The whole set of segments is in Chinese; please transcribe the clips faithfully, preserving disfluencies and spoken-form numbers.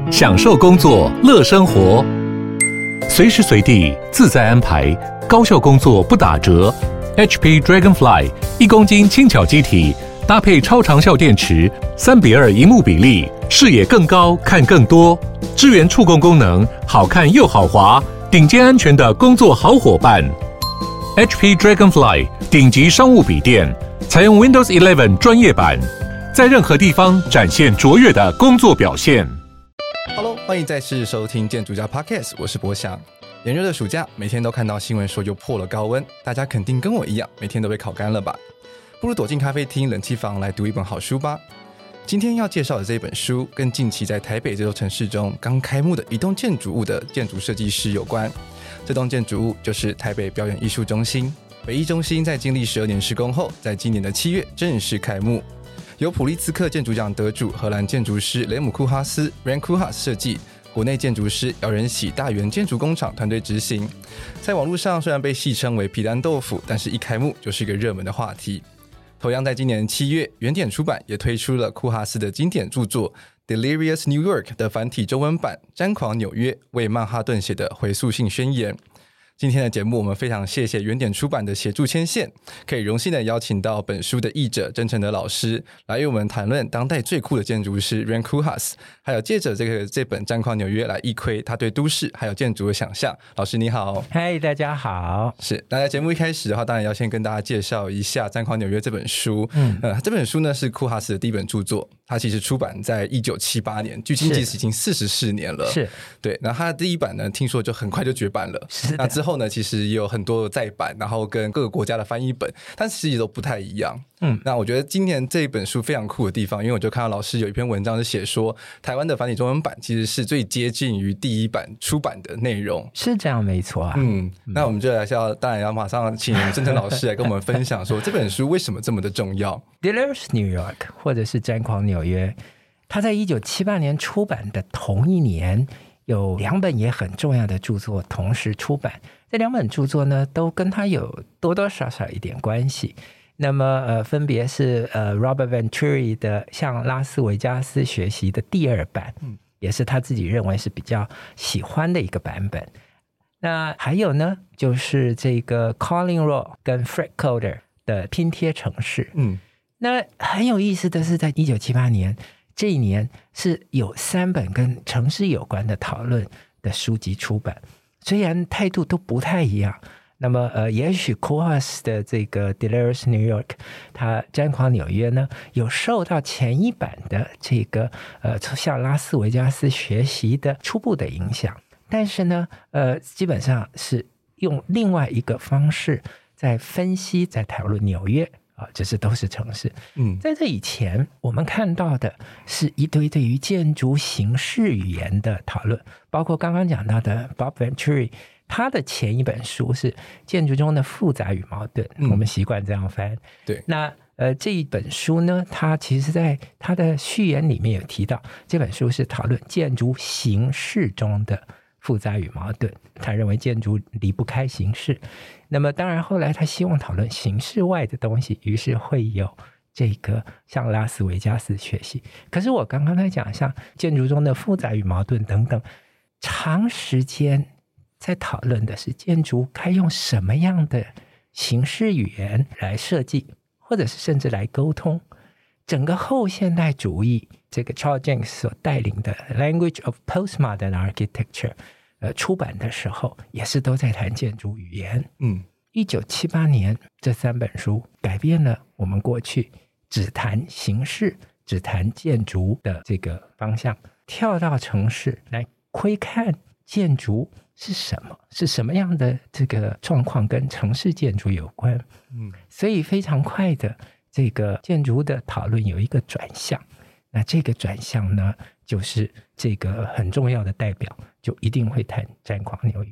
享受工作，乐生活，随时随地自在安排，高效工作不打折。H P Dragonfly 一公斤轻巧机体，搭配超长效电池，三比二萤幕比例，视野更高，看更多。支援触控功能，好看又好滑，顶尖安全的工作好伙伴。H P Dragonfly 顶级商务笔电，采用 Windows 十一专业版，在任何地方展现卓越的工作表现。 Hello， 欢迎再次收听建筑家 Podcast， 我是博翔。炎热的暑假，每天都看到新闻说又破了高温，大家肯定跟我一样，每天都被烤干了吧？不如躲进咖啡厅、冷气房来读一本好书吧。今天要介绍的这本书，跟近期在台北这座城市中刚开幕的一栋建筑物的建筑设计师有关。这栋建筑物就是台北表演艺术中心。北艺中心在经历十二年施工后，在今年的七月正式开幕。由普利兹克建筑奖得主荷兰建筑师雷姆库哈斯 Rem Koolhaas 设计，国内建筑师姚仁喜大元建筑工厂团队执行。在网络上虽然被戏称为皮蛋豆腐，但是一开幕就是一个热门的话题。同样在今年七月，原点出版也推出了库哈斯的经典著作 Delirious New York 的繁体中文版《詹狂纽约》，为曼哈顿写的回溯性宣言。今天的节目，我们非常谢谢原点出版的协助牵线，可以荣幸的邀请到本书的译者曾成德老师来与我们谈论当代最酷的建筑师 Rem Koolhaas， 还有借着这个这本《詹狂纽约》来一窥他对都市还有建筑的想象。老师你好。 嗨，大家好。 是，那在节目一开始的话，当然要先跟大家介绍一下《詹狂纽约》这本书。嗯，呃，这本书呢是库哈斯的第一本著作，它其实出版在一九七八年，距今其实已经四十四年了。 是， 对。然后它的第一版呢，听说就很快就绝版了。 是， 那之后呢，其实也有很多再版，然后跟各个国家的翻译本，但其实都不太一样。嗯，那我觉得今年这一本书非常酷的地方，因为我就看到老师有一篇文章是写说，台湾的繁体中文版其实是最接近于第一版出版的内容。 是这样，没错啊。 嗯，那我们就来要，当然要马上请曾成老师来跟我们分享说，这本书为什么这么的重要。 Delirious New York 或者是詹狂纽约，它在一九七八年出版的同一年，有两本也很重要的著作同时出版。这两本著作呢，都跟它有多多少少一点关系。那么呃，分别是呃 Robert Venturi 的向拉斯维加斯学习的第二版，嗯，也是他自己认为是比较喜欢的一个版本。那还有呢，就是这个 Colin Rowe 跟 Fred Coder 的拼贴城市。嗯，那很有意思的是，在一九七八年这一年是有三本跟城市有关的讨论的书籍出版，虽然态度都不太一样。那么呃，也许 Koolhaas 的这个 Delirious New York， 它詹狂纽约呢，有受到前一版的这个呃向拉斯维加斯学习的初步的影响，但是呢，呃，基本上是用另外一个方式在分析，在讨论纽约啊，这是都是城市。嗯，在这以前，我们看到的是一堆对于建筑形式语言的讨论，包括刚刚讲到的 Bob Venturi。他的前一本书是建筑中的复杂与矛盾，嗯，我们习惯这样翻。 对， 那呃这一本书呢，他其实在他的序言里面有提到，这本书是讨论建筑形式中的复杂与矛盾。他认为建筑离不开形式。那么当然后来他希望讨论形式外的东西，于是会有这个向拉斯维加斯学习。可是我刚刚在讲像建筑中的复杂与矛盾等等，长时间在讨论的是建筑该用什么样的形式语言来设计，或者是甚至来沟通。整个后现代主义这个 Charles Jencks 所带领的 Language of Postmodern Architecture 呃，出版的时候也是都在谈建筑语言。嗯，一九七八年这三本书改变了我们过去只谈形式只谈建筑的这个方向，跳到城市来窥看建筑是什么，是什么样的这个状况跟城市建筑有关。嗯，所以非常快的这个建筑的讨论有一个转向，那这个转向呢，就是这个很重要的代表就一定会谈詹狂纽约。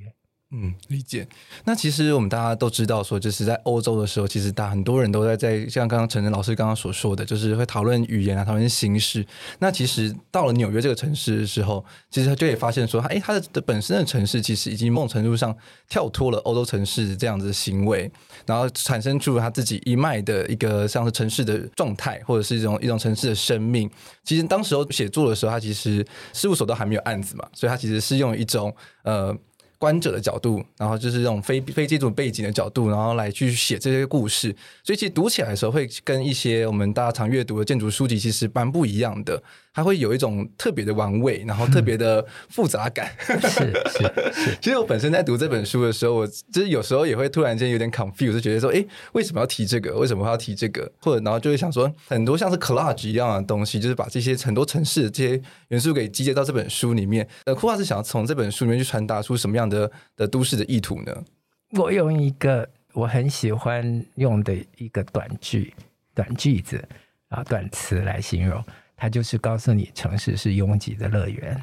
嗯，理解。那其实我们大家都知道说，就是在欧洲的时候，其实大很多人都在在像刚刚陈晨老师刚刚所说的，就是会讨论语言啊，讨论形式。那其实到了纽约这个城市的时候，其实他就也发现说，哎，它的本身的城市其实已经某种程度上跳脱了欧洲城市这样子的行为，然后产生出他自己一脉的一个像是城市的状态，或者是一种一种城市的生命。其实当时候写作的时候，他其实事务所都还没有案子嘛，所以他其实是用一种呃。观者的角度，然后就是这种非非建筑背景的角度，然后来去写这些故事，所以其实读起来的时候会跟一些我们大家常阅读的建筑书籍其实蛮不一样的，它会有一种特别的玩味，然后特别的复杂感。 嗯、是是是。 其实我本身在读这本书的时候，我就是有时候也会突然间有点 confused， 就觉得说，哎，为什么要提这个？为什么要提这个？或者然后就会想说，很多像是 collage 一样的东西，就是把这些很多城市的这些元素给集结到这本书里面。呃，库哈是想要从这本书里面去传达出什么样的的都市的意图呢？ 我用一个我很喜欢用的一个短句、短句子啊、短词来形容，它就是告诉你城市是拥挤的乐园。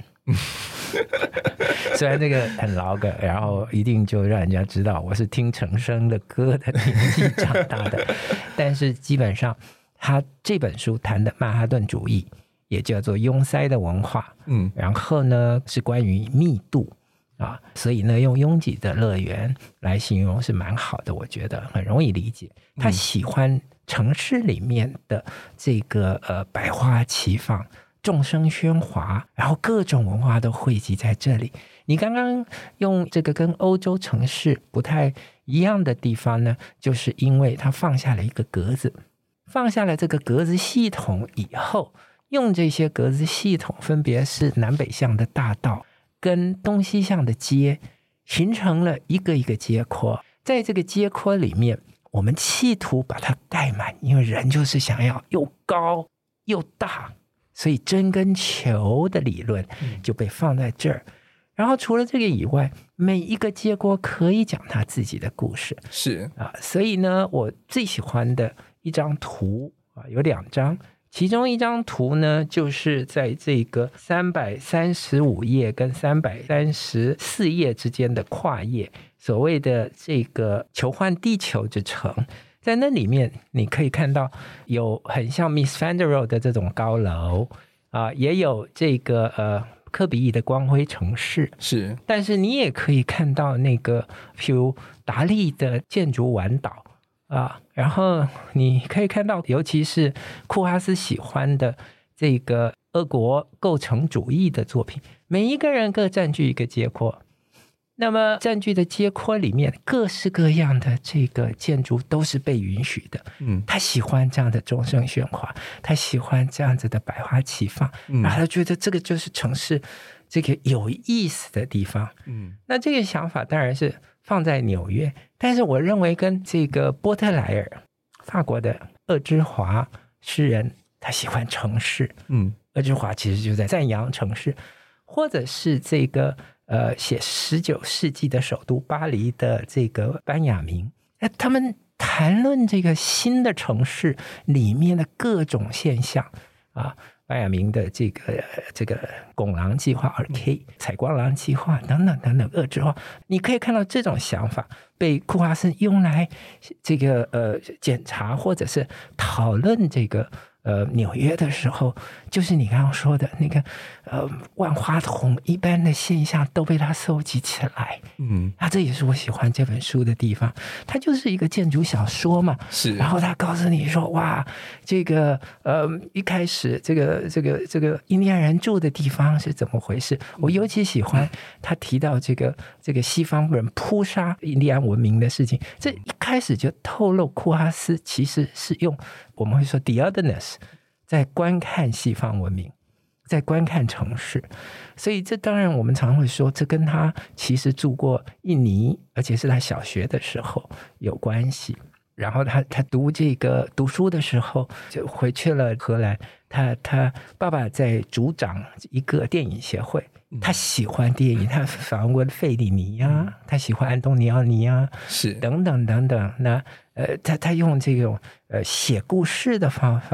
虽然这个很老梗，然后一定就让人家知道我是听陈升的歌的年纪长大的，但是基本上他这本书谈的曼哈顿主义，也叫做拥塞的文化，嗯，然后呢是关于密度啊，所以呢用拥挤的乐园来形容是蛮好的，我觉得很容易理解。他喜欢城市里面的这个呃百花齐放，众声喧哗，然后各种文化都汇集在这里。你刚刚用这个跟欧洲城市不太一样的地方呢，就是因为他放下了一个格子，放下了这个格子系统以后，用这些格子系统分别是南北向的大道跟东西向的街，形成了一个一个街廓。在这个街廓里面，我们企图把它盖满，因为人就是想要又高又大，所以针跟球的理论就被放在这儿。嗯，然后除了这个以外，每一个街廓可以讲他自己的故事， 是啊， 所以呢，我最喜欢的一张图啊，有两张，其中一张图呢，就是在这个三百三十五页跟三百三十四页之间的跨页，所谓的这个求换地球之城。在那里面你可以看到有很像 Miss Van der Rohe 的这种高楼啊，也有这个呃科比意的光辉城市， 是，但是你也可以看到那个譬如达利的建筑晚岛啊，然后你可以看到尤其是库哈斯喜欢的这个俄国构成主义的作品，每一个人各占据一个街廓，那么占据的街廓里面各式各样的这个建筑都是被允许的。嗯，他喜欢这样的众声喧哗，他喜欢这样子的百花齐放，嗯，然后他觉得这个就是城市这个有意思的地方。嗯，那这个想法当然是放在纽约，但是我认为跟这个波特莱尔，法国的厄之华诗人，他喜欢城市。嗯，厄之华其实就在赞扬城市，或者是这个呃，写十九世纪的首都巴黎的这个班雅明，他们谈论这个新的城市里面的各种现象啊，班雅明的这个这个拱廊计划 二 K 采光廊计划等等等等恶之后，你可以看到这种想法被库哈斯用来这个呃检查或者是讨论这个呃，纽约的时候，就是你刚刚说的那个呃万花筒一般的现象都被他收集起来。嗯，那这也是我喜欢这本书的地方。它就是一个建筑小说嘛， 是。 然后他告诉你说，哇，这个呃一开始这个这个这个印第安人住的地方是怎么回事？我尤其喜欢他提到这个这个西方人扑杀印第安文明的事情。这一开始就透露库哈斯其实是用我们会说 the otherness。在观看西方文明，在观看城市，所以这当然我们常会说，这跟他其实住过印尼，而且是他小学的时候有关系。然后他他读这个读书的时候就回去了荷兰，他他爸爸在主掌一个电影协会，他喜欢电影，他访问费里尼啊，他喜欢安东尼奥尼啊， 是等等等等等。那呃，他他用这种呃写故事的方法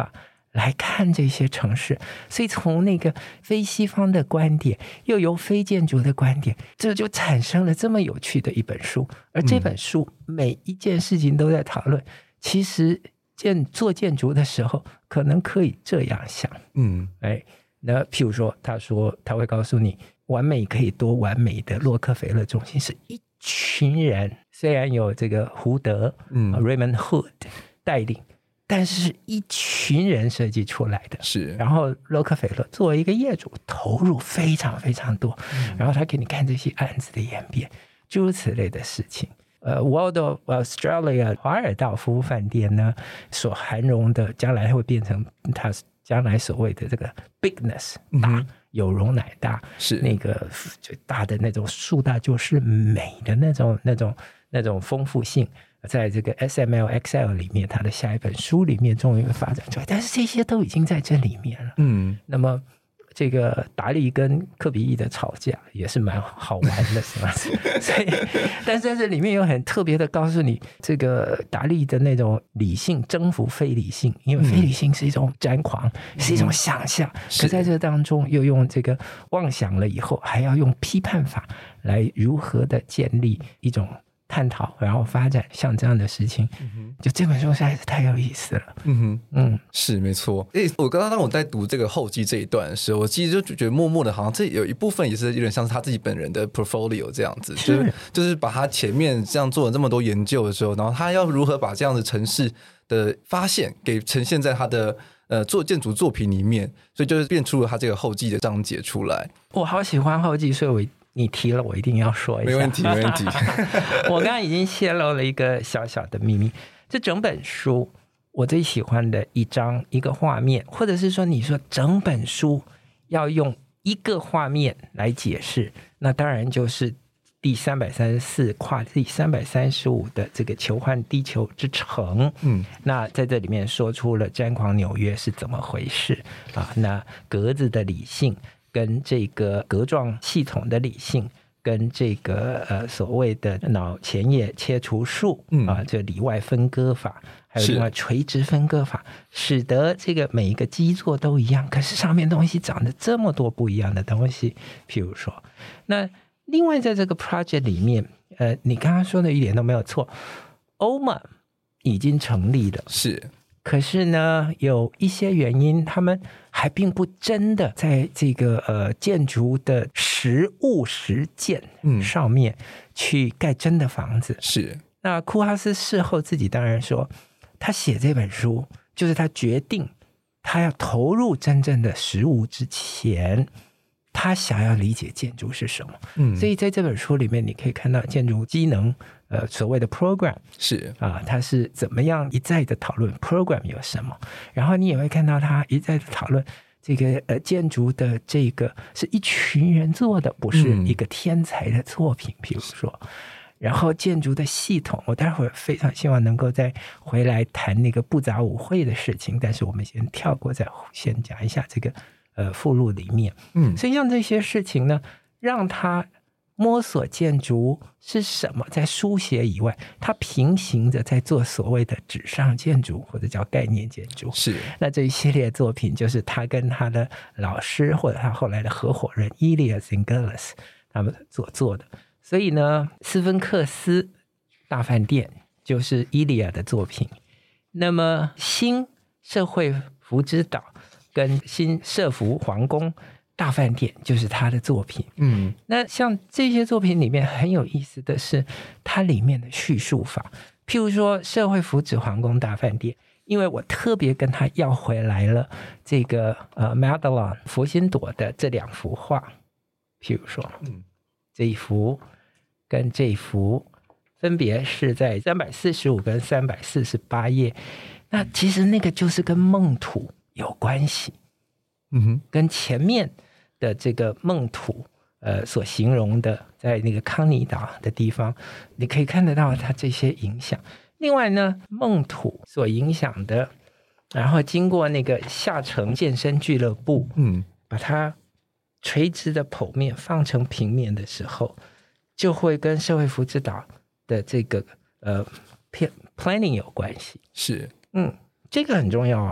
来看这些城市，所以从那个非西方的观点，又由非建筑的观点，这就产生了这么有趣的一本书。而这本书每一件事情都在讨论，其实建做建筑的时候，可能可以这样想，嗯，哎，那譬如说，他说他会告诉你，完美可以多完美的洛克菲勒中心是一群人，虽然有这个胡德，嗯 ，Raymond Hood 带领。但是是一群人设计出来的， 是。 然后洛克菲勒作为一个业主，投入非常非常多，嗯、然后他给你看这些案子的演变，诸如此类的事情。呃 ，World of Australia 华尔道夫妇饭店呢，所涵容的将来会变成它将来所谓的这个 bigness 大、嗯、有容乃大， 是那个就大的那种树大就是美的那种那种那种丰富性。在这个 S M L X L 里面，他的下一本书里面终于会发展出来，但是这些都已经在这里面了。嗯，那么这个达利跟柯比意的吵架也是蛮好玩的，是吧？所以，但是在这里面有很特别的告诉你，这个达利的那种理性征服非理性，因为非理性是一种瞻狂，嗯、是一种想象，嗯、可在这当中又用这个妄想了以后，还要用批判法来如何的建立一种。探讨，然后发展像这样的事情，嗯、就这本书实在是太有意思了。嗯哼， 嗯，是没错。诶，我刚刚当我在读这个后记这一段的时候，我其实就觉得默默的，好像这有一部分也是有点像是他自己本人的 portfolio 这样子，是就是就是把他前面这样做了这么多研究的时候，然后他要如何把这样的城市的发现给呈现在他的呃做建筑作品里面，所以就是变出了他这个后记的章节出来。 我好喜欢后记，所以我。你提了，我一定要说一下。 没问题，没问题。 我刚刚已经泄露了一个小小的秘密。这整本书，我最喜欢的一张一个画面，或者是说，你说整本书要用一个画面来解释，那当然就是第三百三十四跨第三百三十五的这个求换地球之城。嗯，那在这里面说出了詹狂纽约是怎么回事啊？那格子的理性。跟这个格状系统的理性，跟这个呃所谓的脑前叶切除术、嗯、啊，这里外分割法，还有另外垂直分割法，使得这个每一个基座都一样，可是上面东西长得这么多不一样的东西。譬如说，那另外在这个 project 里面，呃，你刚刚说的一点都没有错 ，O M A 已经成立了， 是。 可是呢，有一些原因，他们还并不真的在这个呃建筑的实物实践上面去盖真的房子。 嗯、是。 那库哈斯事后自己当然说，他写这本书就是他决定他要投入真正的实物之前，他想要理解建筑是什么。嗯，所以在这本书里面，你可以看到建筑机能。呃，所谓的 program 是啊，它是怎么样一再的讨论 program 有什么，然后你也会看到他一再的讨论这个呃建筑的这个是一群人做的，不是一个天才的作品，比、嗯、如说，然后建筑的系统，我待会儿非常希望能够再回来谈那个布杂舞会的事情，但是我们先跳过，再先讲一下这个呃附录里面，嗯，所以像这些事情呢，让他。摸索建筑是什么，在书写以外，他平行着在做所谓的纸上建筑或者叫概念建筑。 是， 那这一系列作品就是他跟他的老师或者他后来的合伙人 Elia Zingelis 他们所做的。所以呢，斯芬克斯大饭店就是 Elia 的作品。那么新社会福之岛跟新社福皇宫大饭店就是他的作品。嗯，那像这些作品里面很有意思的是它里面的叙述法，譬如说社会福祉皇宫大饭店，因为我特别跟他要回来了这个呃 Madelon 佛心朵的这两幅画，譬如说、嗯、这一幅跟这一幅分别是在三百四十五跟三百四十八页，那其实那个就是跟梦土有关系。嗯哼，跟前面的这个梦土呃所形容的在那个康尼岛的地方，你可以看得到它这些影响。另外呢，梦土所影响的，然后经过那个下城健身俱乐部，嗯，把它垂直的剖面放成平面的时候，就会跟社会福祉岛的这个呃 planning 有关系。 是， 嗯，这个很重要啊。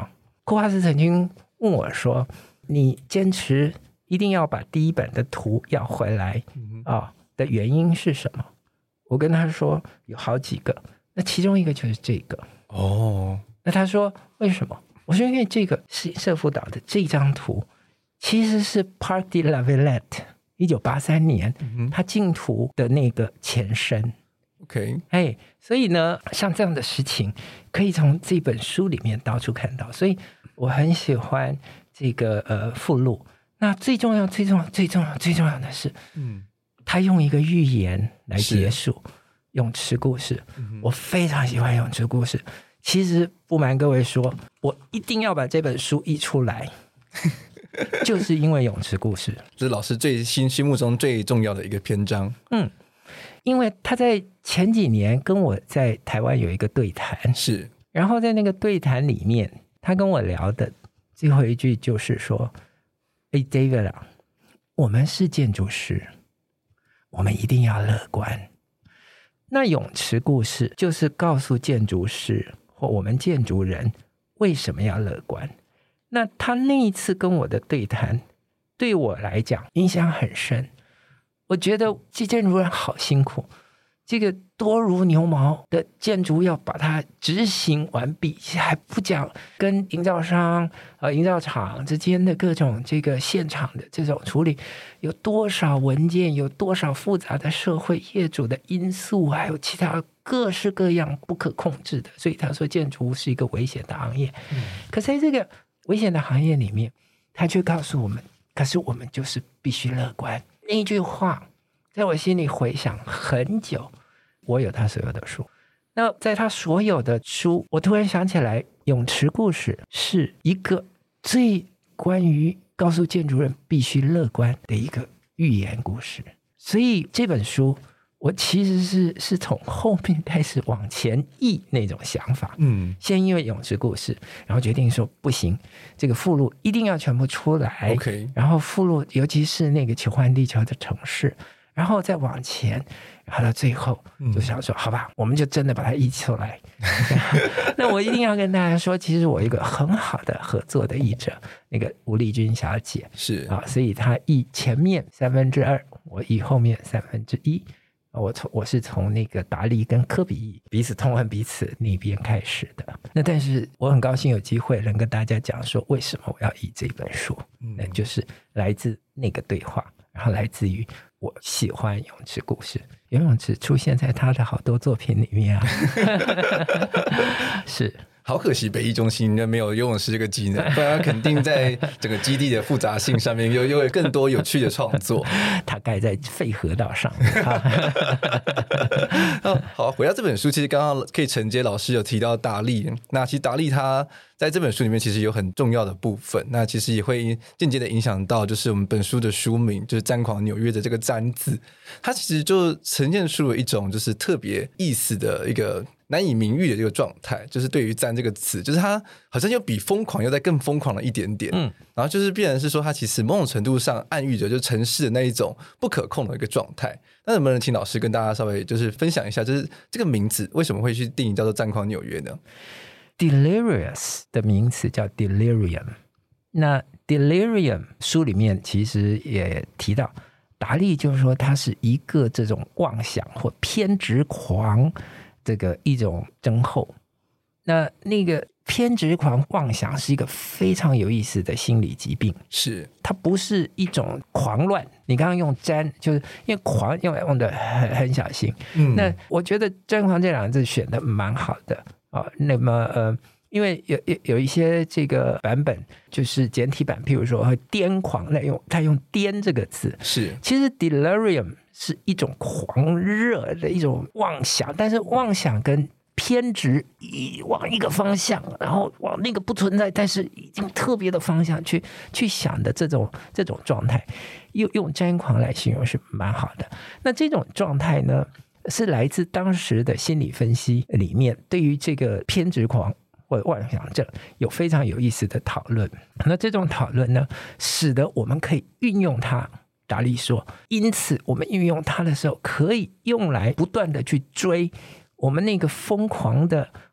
库华斯曾经问我说，你坚持一定要把第一本的图要回来、嗯哦、的原因是什么？我跟他说有好几个，那其中一个就是这个哦。那他说为什么？我说因为这个是社福岛的这张图其实是 Parc de la Villette 一九八三年、嗯、他竞图的那个前身。 OK， 哎，所以呢，像这样的事情可以从这本书里面到处看到，所以我很喜欢这个呃附录。那最重要、最重要、最重要、最重要的是，嗯，他用一个寓言来结束泳池故事、嗯。我非常喜欢泳池故事。其实不瞒各位说，我一定要把这本书译出来，就是因为泳池故事， 这是老师最心心目中最重要的一个篇章。 嗯。因为他在前几年跟我在台湾有一个对谈， 是， 然后在那个对谈里面，他跟我聊的最后一句就是说：“哎 ，David 啊，我们是建筑师，我们一定要乐观。那泳池故事就是告诉建筑师或我们建筑人为什么要乐观。那他那一次跟我的对谈，对我来讲影响很深。”我觉得这建筑人好辛苦，这个多如牛毛的建筑要把它执行完毕，还不讲跟营造商、呃营造厂之间的各种这个现场的这种处理，有多少文件，有多少复杂的社会业主的因素，还有其他各式各样不可控制的。所以他说建筑是一个危险的行业，嗯、可是在这个危险的行业里面，他却告诉我们，可是我们就是必须乐观。那一句话在我心里回响很久。我有他所有的书，那在他所有的书，我突然想起来泳池故事是一个最关于告诉建筑人必须乐观的一个寓言故事。所以这本书我其实是是从后面开始往前译那种想法，嗯，先因为泳池故事，然后决定说不行，这个附录一定要全部出来 ，OK， 然后附录尤其是那个奇幻地球的城市，然后再往前，然后到最后就想说、嗯、好吧，我们就真的把它译出来。那我一定要跟大家说，其实我一个很好的合作的译者，那个吴丽君小姐是啊，所以她译前面三分之二，我译后面三分之一。我从我是从那个达利跟科比彼此痛恨彼此那边开始的。那但是我很高兴有机会能跟大家讲说，为什么我要译这本书，那就是来自那个对话，然后来自于我喜欢泳池故事，游泳池出现在他的好多作品里面啊。是。 好可惜北艺中心没有游泳池这个技能，不然他肯定在整个基地的复杂性上面有有更多有趣的创作。 它盖在废河道上面。 好，回到这本书，其实刚刚可以承接老师有提到达利，那其实达利他在这本书里面其实有很重要的部分，那其实也会间接的影响到就是我们本书的书名，就是詹狂纽约的这个詹字，它其实就呈现出了一种就是特别意思的一个难以名誉的这个状态，就是对于詹这个词，就是它好像又比疯狂又再更疯狂了一点点，嗯，然后就是变成是说它其实某种程度上暗喻着就是城市的那一种不可控的一个状态。那能不能请老师跟大家稍微就是分享一下，就是这个名字为什么会去定义叫做詹狂纽约呢？ Delirious 的名词叫 Delirium， 那 Delirium 书里面其实也提到，达利就是说他是一个这种妄想或偏执狂这个一种症候。那那个偏执狂妄想是一个非常有意思的心理疾病， 是它不是一种狂乱。你刚刚用詹，就是因为狂用用的很很小心、嗯、那我觉得詹狂这两个字选的蛮好的、哦、那么呃因为有有有一些这个版本就是简体版，譬如说癫狂，他用他用癫这个字， 是其实 delirium 是一种狂热的一种妄想，但是妄想跟偏执往一个方向，然后往那个不存在但是已经特别的方向去去想的这种这种状态，用用詹狂来形容是蛮好的。那这种状态呢，是来自当时的心理分析里面对于这个偏执狂或妄想症有非常有意思的讨论。那这种讨论呢，使得我们可以运用它。达利说，因此我们运用它的时候，可以用来不断的去追我们那个疯狂的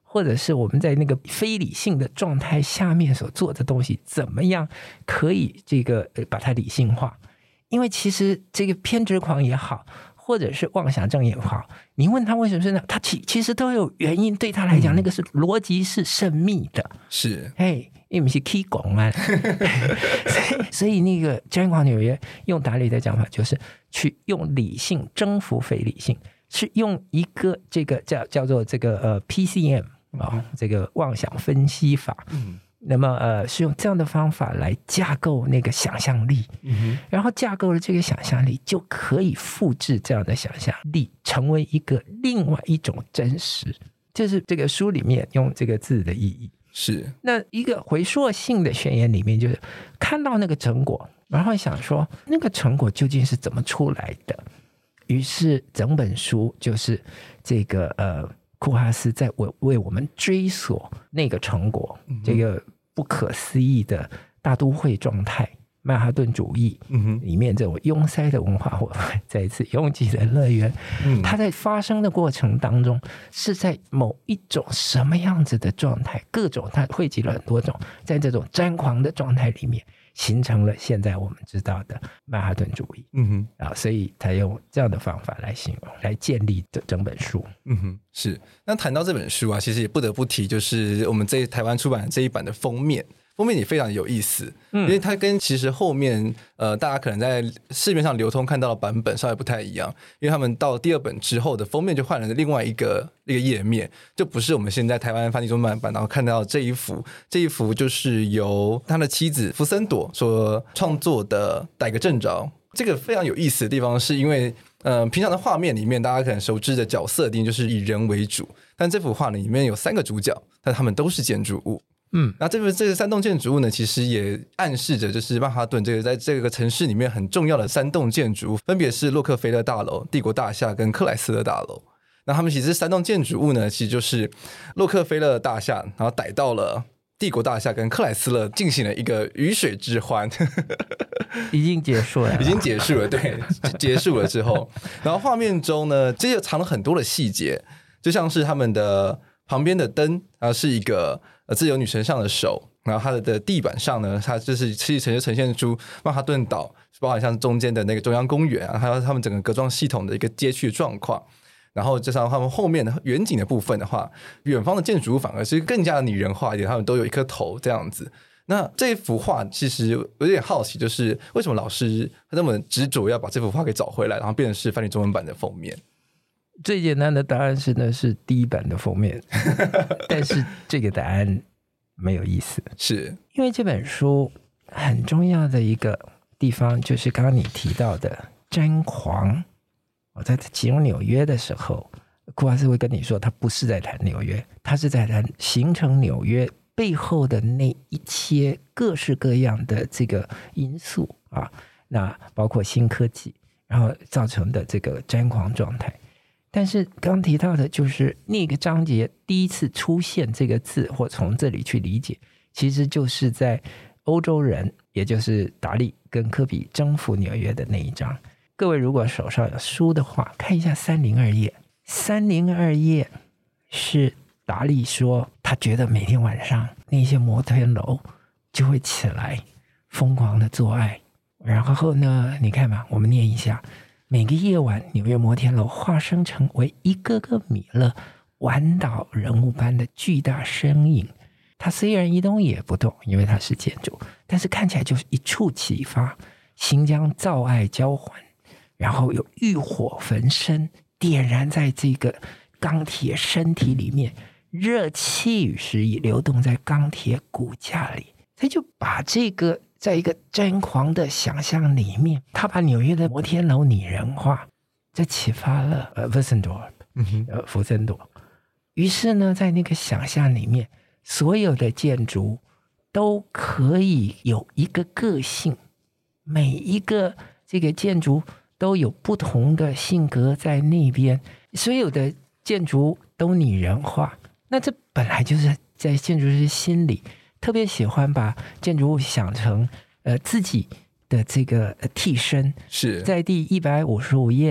或者是我们在那个非理性的状态下面所做的东西，怎么样可以这个把它理性化？因为其实这个偏执狂也好，或者是妄想症也好，你问他为什么是那，他其其实都有原因，对他来讲，嗯、那个是逻辑是缜密的， 是， 嘿，因为不是 key 拱嘛，所以所以那个詹狂纽约用达利的讲法，就是去用理性征服非理性，是用一个这个叫叫做这个呃 P C M 啊、哦，这个妄想分析法。嗯，那么呃，是用这样的方法来架构那个想象力，嗯、然后架构了这个想象力，就可以复制这样的想象力，成为一个另外一种真实。这是这个书里面用这个字的意义。 是， 那一个回溯性的宣言里面，就是看到那个成果，然后想说那个成果究竟是怎么出来的。于是整本书就是这个呃。库哈斯在为为我们追索那个成果，嗯、这个不可思议的大都会状态，曼哈顿主义里面这种拥塞的文化，或再一次拥挤的乐园，嗯、它在发生的过程当中是在某一种什么样子的状态？各种它汇集了很多种，在这种詹狂的状态里面，形成了现在我们知道的曼哈顿主义。嗯哼，啊，所以他用这样的方法来形容，来建立这整本书。 嗯哼，是。那谈到这本书啊，其实也不得不提，就是我们这台湾出版的这一版的封面。封面也非常有意思，嗯、因为它跟其实后面呃大家可能在市面上流通看到的版本稍微不太一样，因为他们到第二本之后的封面就换了另外一个一个页面，就不是我们现在台湾繁体中文版然后看到这一幅，这一幅就是由他的妻子福森朵所创作的《逮个正着》。这个非常有意思的地方是因为呃平常的画面里面大家可能熟知的角色一定就是以人为主，但这幅画里面有三个主角，但他们都是建筑物。嗯，那这个这个三栋建筑物呢，其实也暗示着就是曼哈顿这个在这个城市里面很重要的三栋建筑，分别是洛克菲勒大楼、帝国大厦跟克莱斯勒大楼。那他们其实三栋建筑物呢，其实就是洛克菲勒大厦，然后逮到了帝国大厦跟克莱斯勒，进行了一个鱼水之欢， 已经结束了， 已经结束了，对，结束了之后，然后画面中呢，这就藏了很多的细节，就像是他们的旁边的灯，然后是一个。呃，自由女神像的手，然后它的地板上呢，它就是其实就呈现出曼哈顿岛，包含像中间的那个中央公园啊，还有他们整个格状系统的一个街区状况。然后加上他们后面的远景的部分的话，远方的建筑物反而是更加的拟人化一点，他们都有一颗头这样子。那这幅画其实有点好奇，就是为什么老师那么执着要把这幅画给找回来，然后变成是繁体中文版的封面？ 最简单的答案是呢，是第一版的封面，但是这个答案没有意思， 是因为这本书很重要的一个地方就是刚刚你提到的詹狂。我在形容纽约的时候，库哈斯会跟你说，他不是在谈纽约，他是在谈形成纽约背后的那一切各式各样的这个因素啊，那包括新科技，然后造成的这个詹狂状态。但是刚提到的就是那个章节第一次出现这个字，或从这里去理解，其实就是在欧洲人，也就是达利跟科比征服纽约的那一章。各位如果手上有书的话，看一下三零二页。三零二页是达利说，他觉得每天晚上那些摩天楼就会起来疯狂的做爱，然后呢，你看嘛，我们念一下。每个夜晚，纽约摩天楼化身成为一个个米勒玩岛人物般的巨大身影。它虽然一动也不动，因为它是建筑，但是看起来就是一触即发，行将造爱交环，然后有欲火焚身，点燃在这个钢铁身体里面，热气与诗意流动在钢铁骨架里。他就把这个在一个詹狂的想象里面，他把纽约的摩天楼拟人化，这启发了呃 Wessendorp 呃福森朵。于是呢，在那个想象里面，所有的建筑都可以有一个个性，每一个这个建筑都有不同的性格在那边，所有的建筑都拟人化。那这本来就是在建筑师心里特别喜欢把建筑物想成呃自己的这个替身。 是在第一百五十五页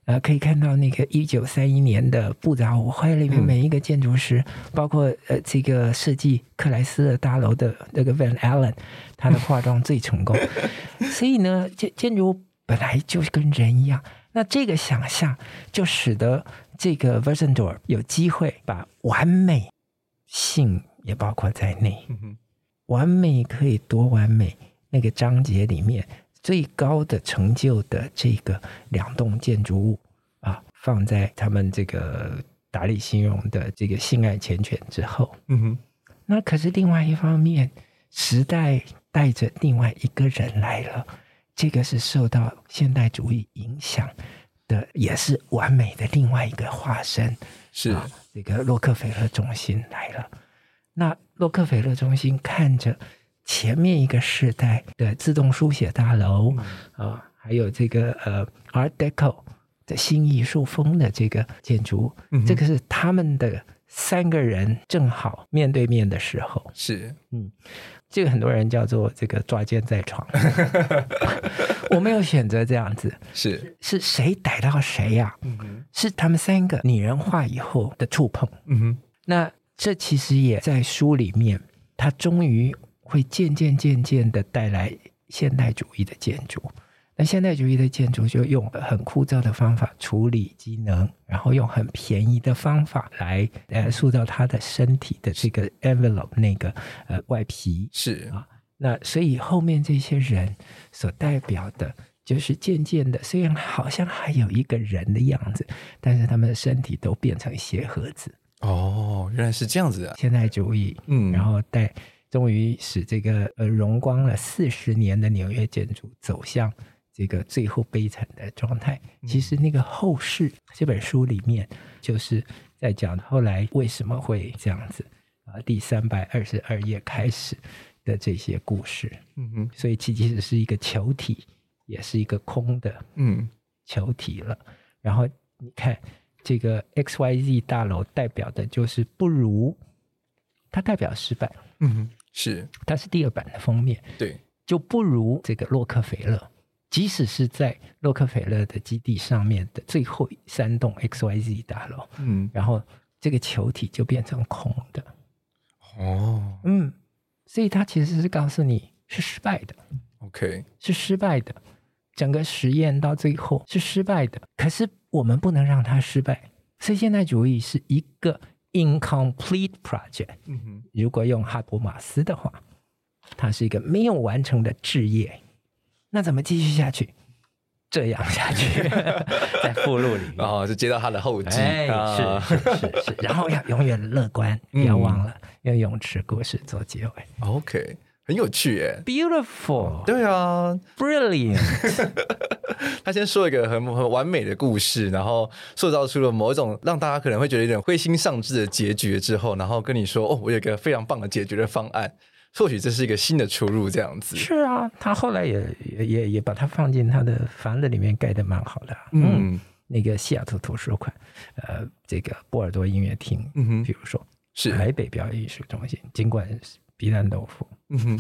呃，可以看到那个一九三一年的布杂舞会里面，每一个建筑师，嗯、包括呃这个设计克莱斯勒大楼的那个 Van Allen， 他的化妆最成功。所以呢，建建筑本来就是跟人一样，那这个想象就使得这个 Wiersendorf 有机会把完美性也包括在内。嗯、完美可以多完美？那个章节里面。最高的成就的这个两栋建筑物啊，放在他们这个达利形容的这个性爱缱绻之后，嗯哼，那可是另外一方面，时代带着另外一个人来了，这个是受到现代主义影响的，也是完美的另外一个化身， 是、啊、 这个洛克菲勒中心来了。那洛克菲勒中心看着前面一个世代的自动书写大楼，嗯呃、还有这个呃 Art Deco 的新艺术风的这个建筑，嗯、这个是他们的三个人正好面对面的时候， 是， 嗯，这个很多人叫做这个抓奸在床。我没有选择这样子， 是是谁逮到谁呀、啊嗯？是他们三个拟人化以后的触碰。嗯哼，那这其实也在书里面，他终于会渐渐渐渐的带来现代主义的建筑。那现代主义的建筑就用很枯燥的方法处理机能，然后用很便宜的方法来呃塑造它的身体的这个 envelope 那个呃外皮。 是啊，那所以后面这些人所代表的就是渐渐的，虽然好像还有一个人的样子，但是他们的身体都变成鞋盒子。 哦，原来是这样子啊！ 现代主义，嗯，然后带。终于使这个呃荣光了四十年的纽约建筑走向这个最后悲惨的状态。其实那个后世这本书里面就是在讲后来为什么会这样子啊，第三百二十二页开始的这些故事。嗯哼，所以其实是一个球体，也是一个空的嗯球体了。然后你看这个 X Y Z 大楼代表的就是不如，它代表失败。 嗯哼。是， 它是第二版的封面， 对， 就不如这个洛克菲勒，即使是在洛克菲勒的基地上面的最后三栋 X Y Z 大楼，嗯，然后这个球体就变成空的，哦，嗯，所以它其实是告诉你是失败的 ，OK， 是失败的，整个实验到最后是失败的，可是我们不能让它失败，所以现代主义是一个incomplete project、嗯、如果用哈伯马斯的话，它是一个没有完成的志业，那怎么继续下去？这样下去在附录里面， 然后就接到他的后记、 哎啊、是是是是，然后要永远乐观、嗯、不要忘了用泳池故事做结尾。 OK， 很有趣耶， Beautiful， 对啊 Brilliant 他先说一个 很, 很完美的故事，然后塑造出了某一种让大家可能会觉得有点灰心丧志的结局之后，然后跟你说哦，我有一个非常棒的解决的方案，或许这是一个新的出路这样子。 是啊，他后来也也也把它放进他的房子里面，盖得蛮好的。嗯，嗯那个西雅图图书馆，呃，这个波尔多音乐厅，嗯哼，比如说是台北表演艺术中心，尽管皮蛋豆腐。嗯哼，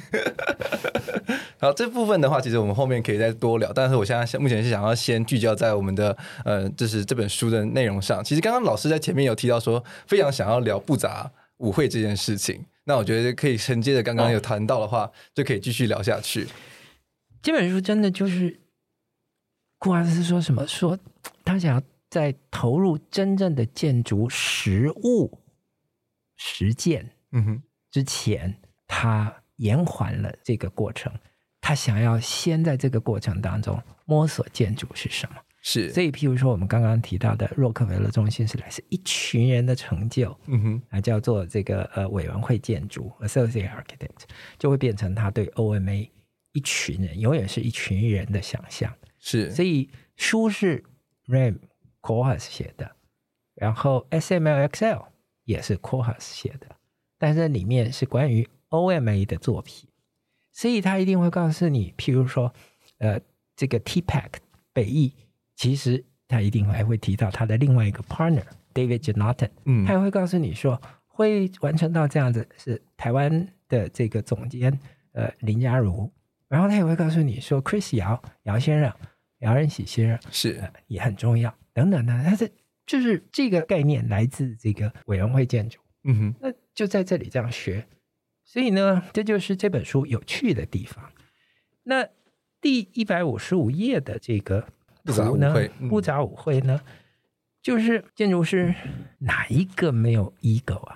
好，这部分的话，其实我们后面可以再多聊，但是我现在目前是想要先聚焦在我们的呃，就是这本书的内容上。其实刚刚老师在前面有提到说，非常想要聊布杂舞会这件事情，那我觉得可以承接着刚刚有谈到的话，哦、就可以继续聊下去。 这本书真的就是库瓦斯说什么？说他想要在投入真正的建筑实务实践之前，嗯、他延缓了这个过程。他想要先在这个过程当中摸索建筑是什么。 是， 所以譬如说我们刚刚提到的洛克菲勒中心是来自一群人的成就，嗯哼，啊叫做这个呃委员会建筑 Associate Architect， 就会变成他对 O M A 一群人永远是一群人的想象。 是， 所以书是 Rem Koolhaas 写的，然后 S M L X L 也是 Koolhaas 写的，但是里面是关于 O M A 的作品，所以他一定会告诉你，譬如说呃这个 T P A C 北艺，其实他一定还会提到他的另外一个 partner David Jonathan，嗯，他也会告诉你说会完成到这样子是台湾的这个总监呃林嘉如，然后他也会告诉你说 Chris 姚姚先生辽人喜新是、 呃、也很重要等等的，它是就是这个概念来自这个委员会建筑， 嗯哼， 那就在这里这样学，所以呢，这就是这本书有趣的地方。那第一百五十五页的这个图呢，布杂舞会呢，就是建筑师哪一个没有 ego 啊？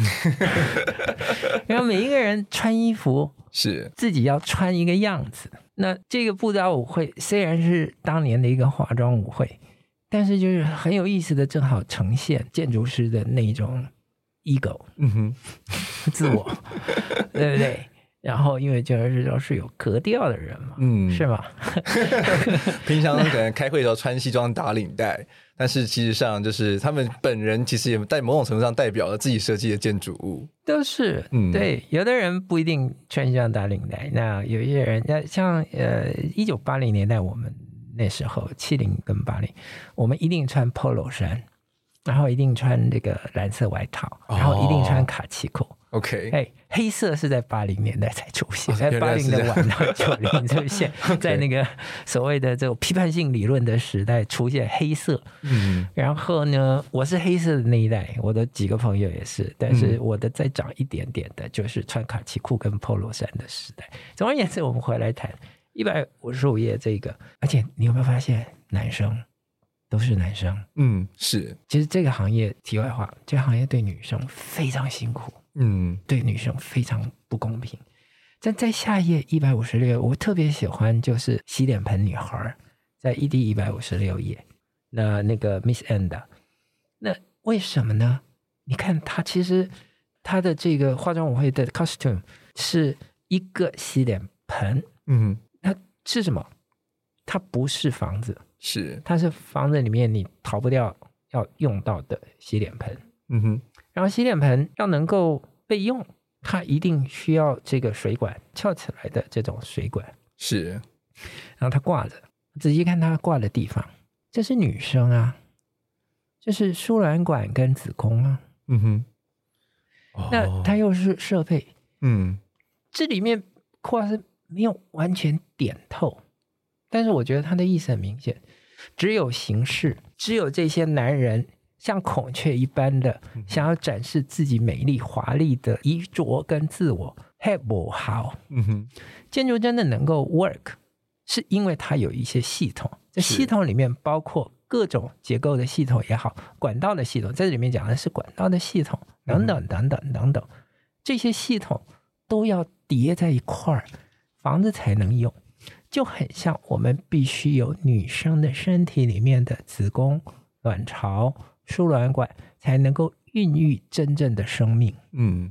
然后每一个人穿衣服是自己要穿一个样子。那这个布杂舞会虽然是当年的一个化妆舞会，但是就是很有意思的，正好呈现建筑师的那种 ego， 嗯哼， 自我，对不对？然后因为建筑师都是有格调的人嘛， 嗯， 是吗？ 平常可能开会的时候穿西装打领带，但是其实上就是他们本人其实也在某种程度上代表了自己设计的建筑物， 都是、嗯、对。有的人不一定穿西装打领带，那有一些人像呃一九八零年代我们那时候七零跟八零，我们一定穿 polo 衫，然后一定穿这个蓝色外套，然后一定穿卡其裤。 OK， 哎，黑色是在八零年代才出现，在八零的晚到九零出现，在那个所谓的这种批判性理论的时代出现黑色。嗯，然后呢，我是黑色的那一代，我的几个朋友也是，但是我的再长一点点的，就是穿卡其裤跟 polo 衫的时代。总而言之，我们回来谈一百五十五页这个，而且你有没有发现，男生都是男生？嗯， 是。 其实这个行业，题外话，这个行业对女生非常辛苦。嗯，对女生非常不公平。但在下一页一百五十六，我特别喜欢就是洗脸盆女孩，在 E D 一百五十六页，那那个 Miss Enda， 那为什么呢？你看她其实她的这个化妆舞会的 costume 是一个洗脸盆，嗯，它是什么？它不是房子， 是它是房子里面你逃不掉要用到的洗脸盆，嗯哼。然后洗脸盆要能够被用，它一定需要这个水管翘起来的这种水管， 是。 然后它挂着，仔细看它挂的地方，这是女生啊，这是输卵管跟子宫啊，嗯哼。哦、那它又是设备，嗯，这里面挂是没有完全点透，但是我觉得它的意思很明显，只有形式，只有这些男人像孔雀一般的想要展示自己美丽华丽的衣着跟自我，还不好。嗯哼，建筑真的能够 work， 是因为它有一些系统，这系统里面包括各种结构的系统也好，管道的系统，在这里面讲的是管道的系统，等等等等等等，这些系统都要叠在一块儿，房子才能用。就很像我们必须有女生的身体里面的子宫、卵巢、输卵管才能够孕育真正的生命。嗯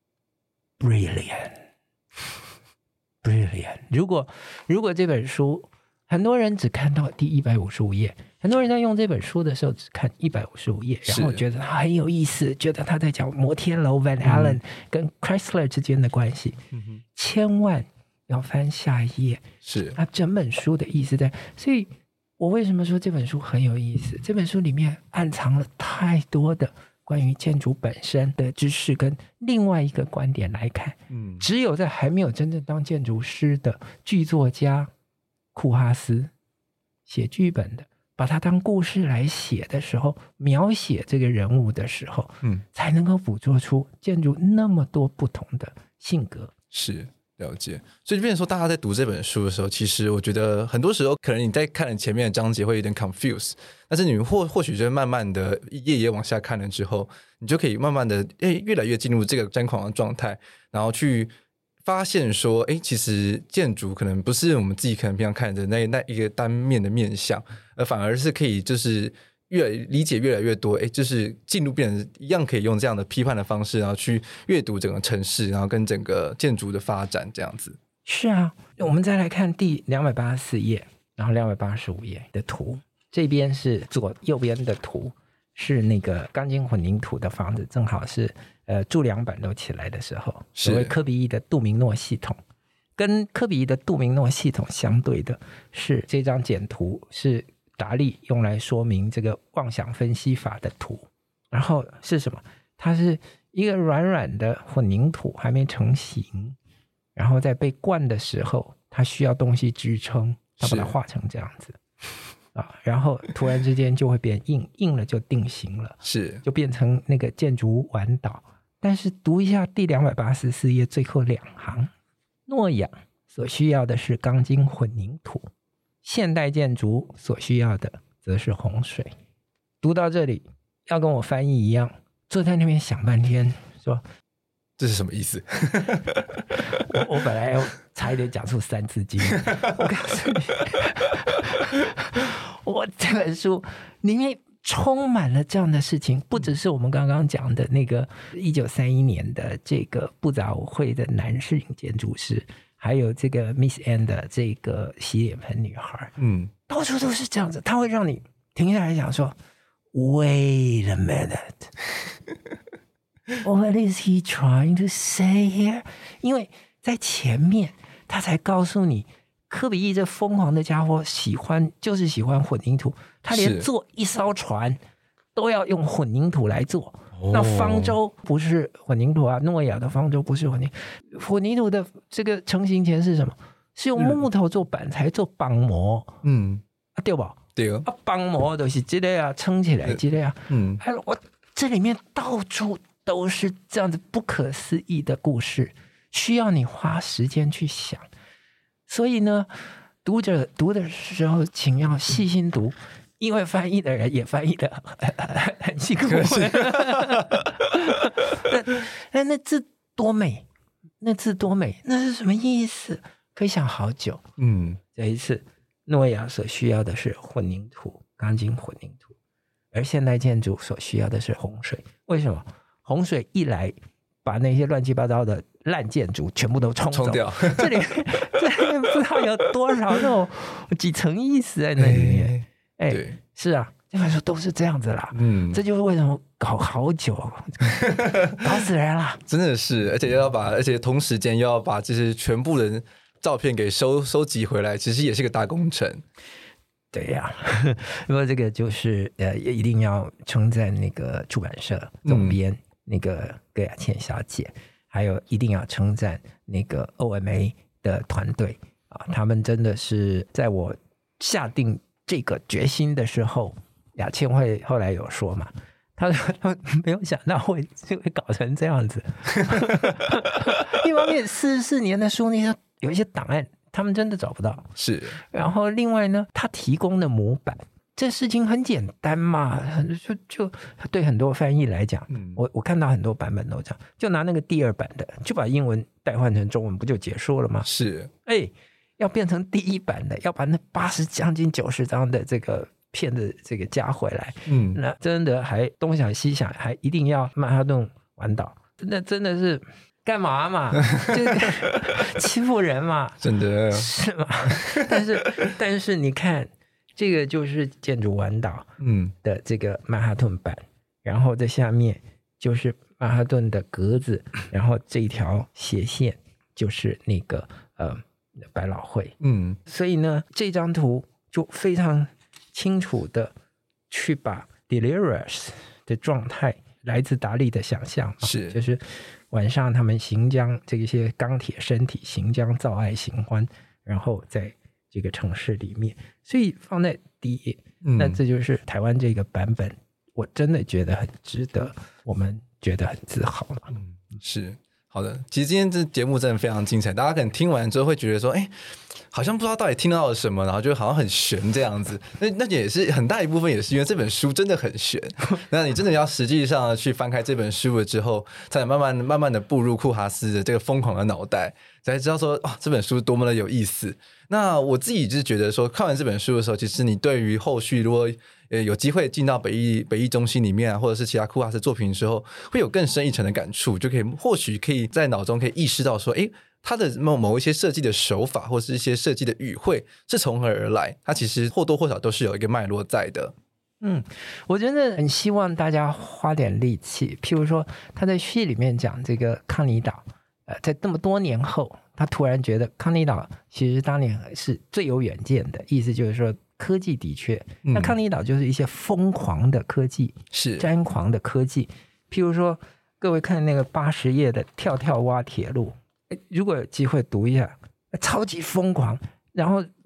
，brilliant，brilliant。如果如果这本书，很多人只看到第一百五十五页，很多人在用这本书的时候只看一百五十五页，然后觉得它很有意思，觉得他在讲摩天楼 Van Allen 跟 Chrysler 之间的关系。嗯、千万要翻下一页， 是它整本书的意思在，所以。我为什么说这本书很有意思？这本书里面暗藏了太多的关于建筑本身的知识，跟另外一个观点来看，嗯，只有在还没有真正当建筑师的剧作家库哈斯写剧本的，把它当故事来写的时候，描写这个人物的时候，嗯，才能够捕捉出建筑那么多不同的性格。 是。了解，所以就变成说，大家在读这本书的时候，其实我觉得很多时候，可能你在看了前面的章节会有点 confuse， 但是你或或许就慢慢的一页一页往下看了之后，你就可以慢慢的诶越来越进入这个詹狂的状态，然后去发现说，诶其实建筑可能不是我们自己可能平常看的那那一个单面的面向，而反而是可以就是越来理解越来越多，诶就是进入变成一样可以用这样的批判的方式，然后去阅读整个城市，然后跟整个建筑的发展这样子。 是啊，我们再来看第两百八十四页，然后两百八十五页的图，这边是左右边的图是那个钢筋混凝土的房子，正好是呃柱梁板都起来的时候，所谓科比意的杜明诺系统。跟科比意的杜明诺系统相对的是这张简图，是达利用来说明这个妄想分析法的图。然后是什么？它是一个软软的混凝土还没成型，然后在被灌的时候它需要东西支撑，它把它画成这样子。 啊，然后突然之间就会变硬，硬了就定型了， 是就变成那个建筑完岛。但是读一下第两百八十四页最后两行，诺亚所需要的是钢筋混凝土，现代建筑所需要的则是洪水。读到这里要跟我翻译一样，坐在那边想半天说这是什么意思？ 我我本来差一点讲出三字经，我告诉你，我这本书里面充满了这样的事情，不只是我们刚刚讲的那个一九三一年的这个不杂舞会的男摄影建筑师，还有这个 Miss Anne 的这个洗脸盆女孩，嗯，到处都是这样子，它会让你停下来想说 ，Wait a minute。What is he trying to say here？ 因为在前面他才告诉你，柯比意这疯狂的家伙喜欢就是喜欢混凝土，他连做一艘船都要用混凝土来做。那方舟不是混凝土啊，诺亚的方舟不是混凝土，混凝土的这个成型前是什么？是用木头做板材做绑模，嗯，啊、对吧？ 对啊，绑模都是这个啊，撑起来这个啊，嗯，还有我这里面到处都是这样子不可思议的故事，需要你花时间去想。所以呢，读者读的时候，请要细心读，因为翻译的人也翻译的很辛苦。那那字多美，那字多美，那是什么意思？可以想好久。嗯，这一次诺亚所需要的是混凝土，钢筋混凝土，而现代建筑所需要的是洪水。为什么？洪水一来，把那些乱七八糟的烂建筑全部都冲走。冲掉这里这里面不知道有多少那种几层意思在那里面。哎、欸欸，是啊，这本书都是这样子啦。嗯，这就是为什么搞好久，搞死人啦。 真的是，而且要把，而且同时间又要把这些全部的照片给收收集回来，其实也是个大工程。 对呀、啊，不过这个就是呃，也一定要称赞那个出版社总编、嗯、那个葛雅倩小姐，还有一定要称赞那个 O M A 的团队啊，他们真的是在我下定这个决心的时候，雅倩会后来有说嘛，他他没有想到会会搞成这样子。一方面，四十四年的书那些有一些档案。他们真的找不到， 是。 然后另外呢，他提供的模板，这事情很简单嘛，就就对很多翻译来讲，嗯、我我看到很多版本都这样，就拿那个第二版的，就把英文代换成中文，不就结束了吗？ 是。 哎，要变成第一版的，要把那八十将近九十张的这个片子这个加回来，嗯，那真的还东想西想，还一定要曼哈顿完岛，那真的是。干嘛嘛？就欺负人嘛？ 真的是吗？但是，但是你看，这个就是建筑完岛嗯的这个曼哈顿版，然后在下面就是曼哈顿的格子，然后这一条斜线就是那个呃百老汇嗯，所以呢，这张图就非常清楚的去把 Delirious 的状态来自达利的想象是就是。晚上他们行将这些钢铁身体行将造爱行欢，然后在这个城市里面，所以放在第一页、嗯、那这就是台湾这个版本，我真的觉得很值得我们觉得很自豪了、嗯、 是好的。其实今天这节目真的非常精彩，大家可能听完之后会觉得说哎，好像不知道到底听到了什么，然后就好像很悬这样子。那那也是很大一部分，也是因为这本书真的很悬。那你真的要实际上去翻开这本书了之后，才能慢慢慢慢的步入库哈斯的这个疯狂的脑袋，才知道说哦，这本书多么的有意思。那我自己就是觉得说，看完这本书的时候，其实你对于后续如果呃有机会进到北艺北艺中心里面、啊、或者是其他库哈斯作品的时候，会有更深一层的感触，就可以或许可以在脑中可以意识到说，哎。它的某某一些设计的手法或是一些设计的语汇是从何而来，它其实或多或少都是有一个脉络在的。 嗯，我真的很希望大家花点力气，譬如说他在序里面讲这个康尼岛、呃、在这么多年后他突然觉得康尼岛其实当年是最有远见的，意思就是说科技的确、嗯、那康尼岛就是一些疯狂的科技，是张狂的科技，譬如说各位看那个八十页的跳跳蛙铁路，如果有机会读一下，超级疯狂，然后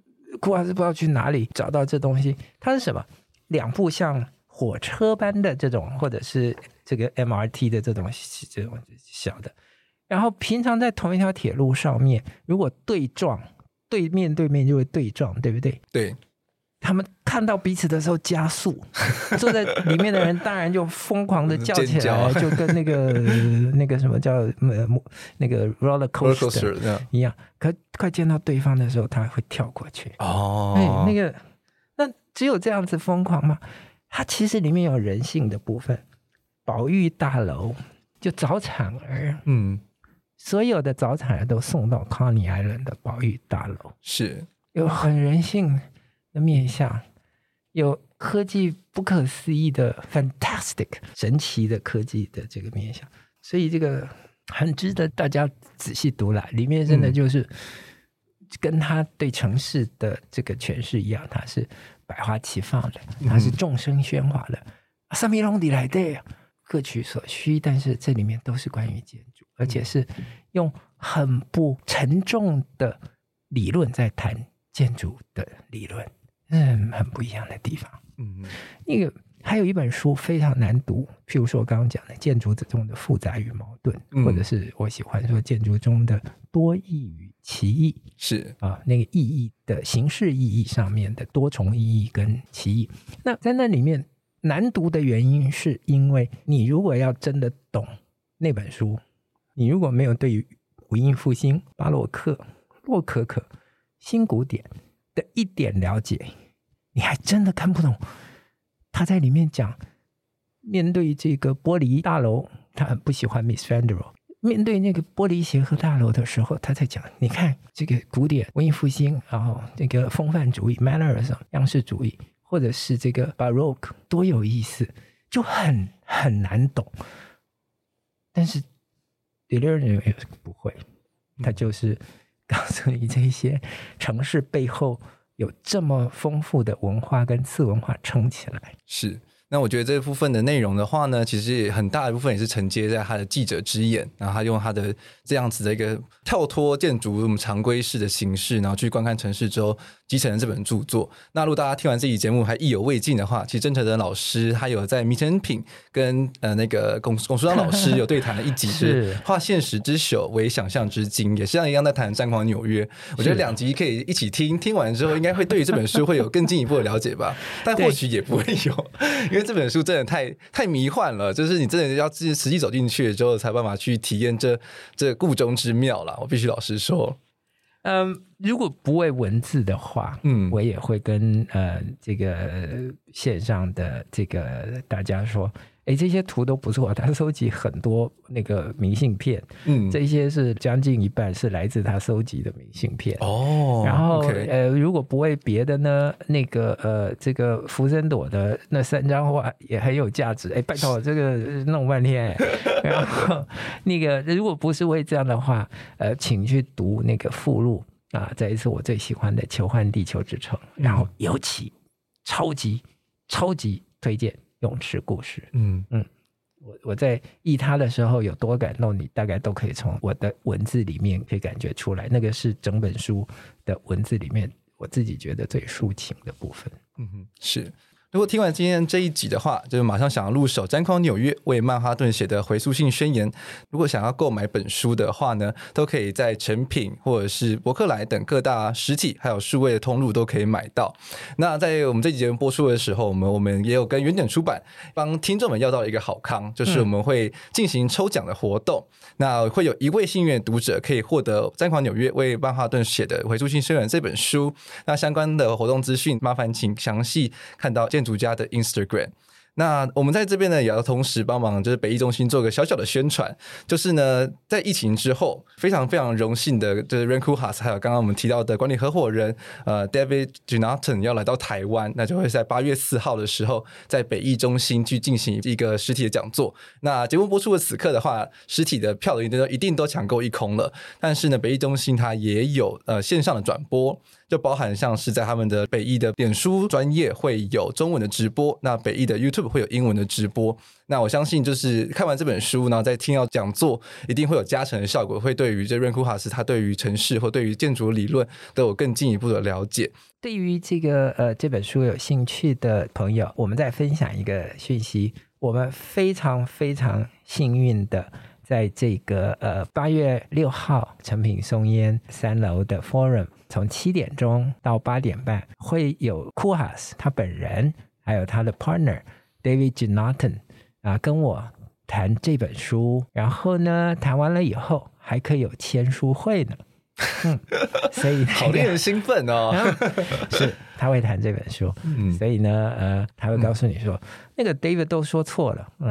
库还是不知道去哪里找到这东西。它是什么？两部像火车般的这种，或者是这个 M R T 的这种这种小的，然后平常在同一条铁路上面，如果对撞，对面对面就会对撞，对不对？ 对。 他们看到彼此的时候加速，坐在里面的人当然就疯狂的叫起来，就跟那个那个什么叫呃那个 roller coaster 一样。可快见到对方的时候，他会跳过去。 哦， 哎，那个那只有这样子疯狂吗？它其实里面有人性的部分。保育大楼就早产儿，嗯，所有的早产儿都送到 Coney Island 的保育大楼， 是有很人性的面向，有科技不可思议的 fantastic 神奇的科技的这个面向，所以这个很值得大家仔细读啦。里面真的就是跟他对城市的这个诠释一样，它是百花齐放的，它是众声喧哗的，三米隆底来的各取所需，但是这里面都是关于建筑，而且是用很不沉重的理论在谈建筑的理论。嗯，很不一样的地方。嗯，那个还有一本书非常难读，譬如说我刚刚讲的建筑中的复杂与矛盾，嗯、或者是我喜欢说建筑中的多义与奇异， 是啊，那个意义的形式意义上面的多重意义跟奇异。那在那里面难读的原因是因为你如果要真的懂那本书，你如果没有对于文艺复兴、巴洛克、洛可可、新古典的一点了解，你还真的看不懂。他在里面讲，面对这个玻璃大楼，他很不喜欢 Miss Fandero。面对那个玻璃协和大楼的时候，他在讲，你看这个古典、文艺复兴，然后这个风范主义 Mannerism 样式主义，或者是这个 Baroque 多有意思，就很很难懂。但是 Deleuze 不会，他就是告诉你这些城市背后有这么丰富的文化跟次文化撑起来。 是，那我觉得这部分的内容的话呢，其实很大一部分也是承接在他的记者之眼，然后他用他的这样子的一个跳脱建筑我们常规式的形式，然后去观看城市之后集成了这本著作。那如果大家听完这期节目还意犹未尽的话，其实曾成德老师他有在迷成品跟呃那个龚龚书章老师有对谈了一集，是化现实之朽为想象之精，也是像一样在谈战狂纽约。我觉得两集可以一起听，听完之后应该会对于这本书会有更进一步的了解吧，但或许也不会有，因为这本书真的太太迷幻了，就是你真的要自己实际走进去之后才办法去体验这这故中之妙啦，我必须老实说。 嗯，如果不为文字的话，嗯，我也会跟呃这个线上的这个大家说，哎，这些图都不错，他收集很多那个明信片，嗯，这些是将近一半是来自他收集的明信片哦。然后、okay. 呃，如果不为别的呢，那个呃这个福森朵的那三张画也很有价值，哎，拜托这个弄半天，然后那个如果不是为这样的话，呃，请去读那个附录啊，这一次我最喜欢的《囚幻地球之城》，然后尤其超级超级推荐。泳池故事，嗯嗯，我我在译它的时候有多感动，你大概都可以从我的文字里面可以感觉出来，那个是整本书的文字里面我自己觉得最抒情的部分。 嗯哼，是。如果听完今天这一集的话，就是马上想要入手詹匡纽约为曼哈顿写的回溯性宣言。如果想要购买本书的话呢，都可以在诚品或者是博客来等各大实体还有数位的通路都可以买到。那在我们这集节目播出的时候，我们我们也有跟原点出版帮听众们要到一个好康，就是我们会进行抽奖的活动、嗯、那会有一位幸运的读者可以获得詹匡纽约为曼哈顿写的回溯性宣言这本书。那相关的活动资讯麻烦请详细看到建筑家的 Instagram。 那我们在这边呢也要同时帮忙就是北艺中心做个小小的宣传，就是呢在疫情之后非常非常荣幸的就是 Ren Koolhaas 还有刚刚我们提到的管理合伙人呃 David Jonathan 要来到台湾，那就会在八月四号的时候在北艺中心去进行一个实体的讲座。那节目播出的此刻的话，实体的票一定都一定都抢购一空了，但是呢北艺中心它也有呃线上的转播。 就包含像是在他们的北艺的脸书专页会有中文的直播，那北艺的 YouTube 会有英文的直播。那我相信就是看完这本书，然后再听到讲座，一定会有加成的效果，会对于这 Rem Koolhaas 他对于城市或对于建筑理论都有更进一步的了解。 对于这个呃这本书有兴趣的朋友，我们再分享一个讯息，我们非常非常幸运的在这个呃八月六号诚品松烟三楼的 Forum， 从七点钟到八点半会有 Koolhaas 他本人还有他的 partner David Jonathan 啊跟我谈这本书，然后呢谈完了以后还可以有签书会呢。嗯，所以、那个、 好令人兴奋哦！ 是他会谈这本书，嗯、所以呢，呃，他会告诉你说，嗯、那个 David 都说错了。嗯、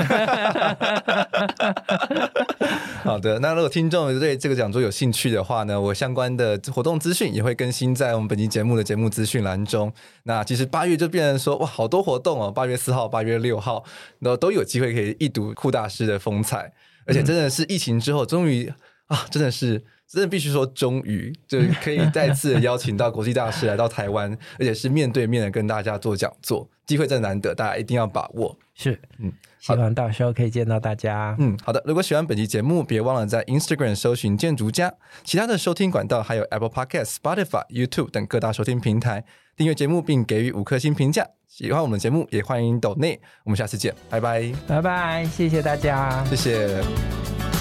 好的，那如果听众对这个讲座有兴趣的话呢，我相关的活动资讯也会更新在我们本期节目的节目资讯栏中。那其实八月就变成说，哇，好多活动哦！八月四号、八月六号，然后都有机会可以一睹库大师的风采，而且真的是疫情之后，终于啊，真的是。真的必须说终于就可以再次邀请到国际大师来到台湾，而且是面对面的跟大家做讲座，机会真的难得，大家一定要把握。 是，嗯，希望到时候可以见到大家。 嗯，好的。如果喜欢本期节目，别忘了在 Instagram 搜寻建筑家，其他的收听管道还有 Apple Podcast、Spotify、YouTube 等各大收听平台订阅节目并给予五颗星评价。喜欢我们的节目也欢迎抖内，我们下次见，拜拜， 拜拜，谢谢大家， 谢谢。